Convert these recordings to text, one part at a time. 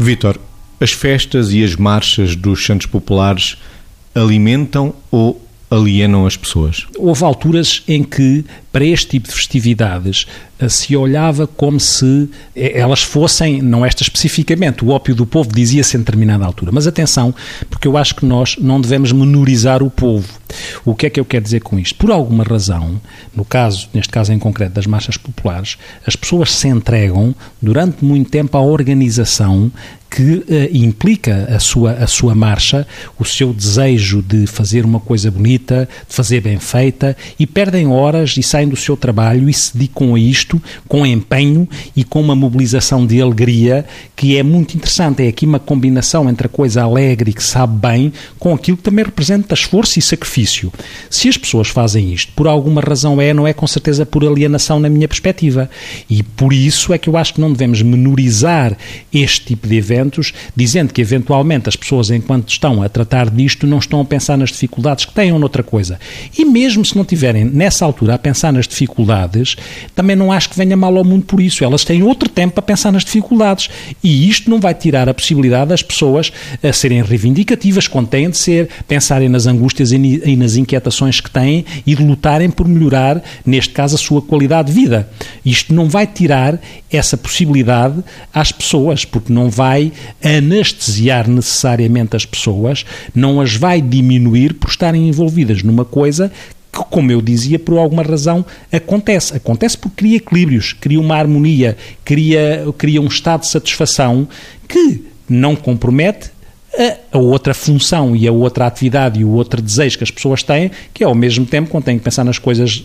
Vítor, as festas e as marchas dos Santos Populares alimentam ou alienam as pessoas? Houve alturas em que, para este tipo de festividades, se olhava como se elas fossem, não esta especificamente, o ópio do povo dizia-se em determinada altura. Mas atenção, porque eu acho que nós não devemos menorizar o povo. O que é que eu quero dizer com isto? Por alguma razão, neste caso em concreto das marchas populares, as pessoas se entregam durante muito tempo à organização que implica a sua marcha, o seu desejo de fazer uma coisa bonita, de fazer bem feita, e perdem horas e saem do seu trabalho e se dedicam a isto com empenho e com uma mobilização de alegria que é muito interessante. É aqui uma combinação entre a coisa alegre e que sabe bem com aquilo que também representa esforço e sacrifício. Se as pessoas fazem isto, por alguma razão não é com certeza por alienação na minha perspectiva. E por isso é que eu acho que não devemos menorizar este tipo de eventos, dizendo que eventualmente as pessoas, enquanto estão a tratar disto, não estão a pensar nas dificuldades que têm ou noutra coisa. E mesmo se não tiverem nessa altura a pensar nas dificuldades, também não acho que venha mal ao mundo por isso. Elas têm outro tempo para pensar nas dificuldades. E isto não vai tirar a possibilidade das pessoas a serem reivindicativas quando têm de ser, pensarem nas angústias e nas inquietações que têm e de lutarem por melhorar, neste caso, a sua qualidade de vida. Isto não vai tirar essa possibilidade às pessoas, porque não vai anestesiar necessariamente as pessoas, não as vai diminuir por estarem envolvidas numa coisa que, como eu dizia, por alguma razão acontece. Acontece porque cria equilíbrios, cria uma harmonia, cria um estado de satisfação que não compromete a outra função e a outra atividade e o outro desejo que as pessoas têm, que é ao mesmo tempo, quando têm que pensar nas coisas,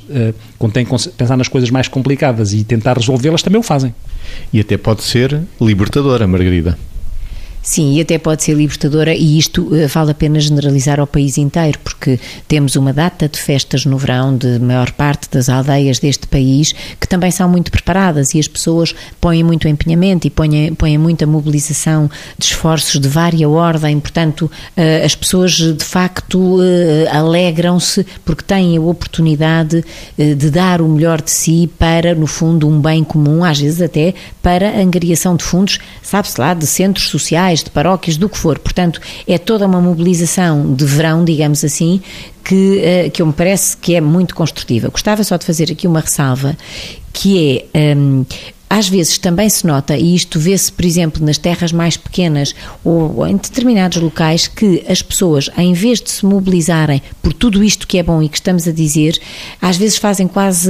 mais complicadas e tentar resolvê-las, também o fazem. E até pode ser libertadora, Margarida. Sim, e até pode ser libertadora, e isto vale a pena generalizar ao país inteiro, porque temos uma data de festas no verão de maior parte das aldeias deste país que também são muito preparadas e as pessoas põem muito empenhamento e põem muita mobilização de esforços de vária ordem, portanto as pessoas de facto alegram-se porque têm a oportunidade de dar o melhor de si para, no fundo, um bem comum, às vezes até para a angariação de fundos, sabe-se lá, de centros sociais, de paróquias, do que for. Portanto, é toda uma mobilização de verão, digamos assim, que eu me parece que é muito construtiva. Gostava só de fazer aqui uma ressalva, que é... às vezes também se nota, e isto vê-se, por exemplo, nas terras mais pequenas ou em determinados locais, que as pessoas, em vez de se mobilizarem por tudo isto que é bom e que estamos a dizer, às vezes fazem quase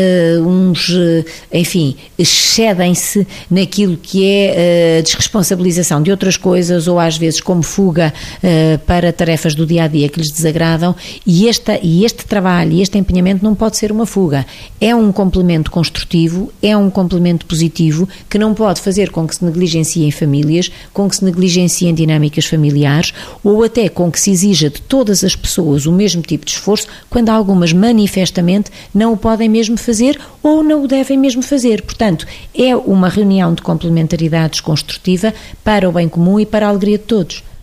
excedem-se naquilo que é desresponsabilização de outras coisas ou às vezes como fuga para tarefas do dia-a-dia que lhes desagradam, e este trabalho e este empenhamento não pode ser uma fuga. É um complemento construtivo, é um complemento positivo que não pode fazer com que se negligenciem famílias, com que se negligenciem dinâmicas familiares ou até com que se exija de todas as pessoas o mesmo tipo de esforço, quando algumas manifestamente não o podem mesmo fazer ou não o devem mesmo fazer. Portanto, é uma reunião de complementaridades construtiva para o bem comum e para a alegria de todos.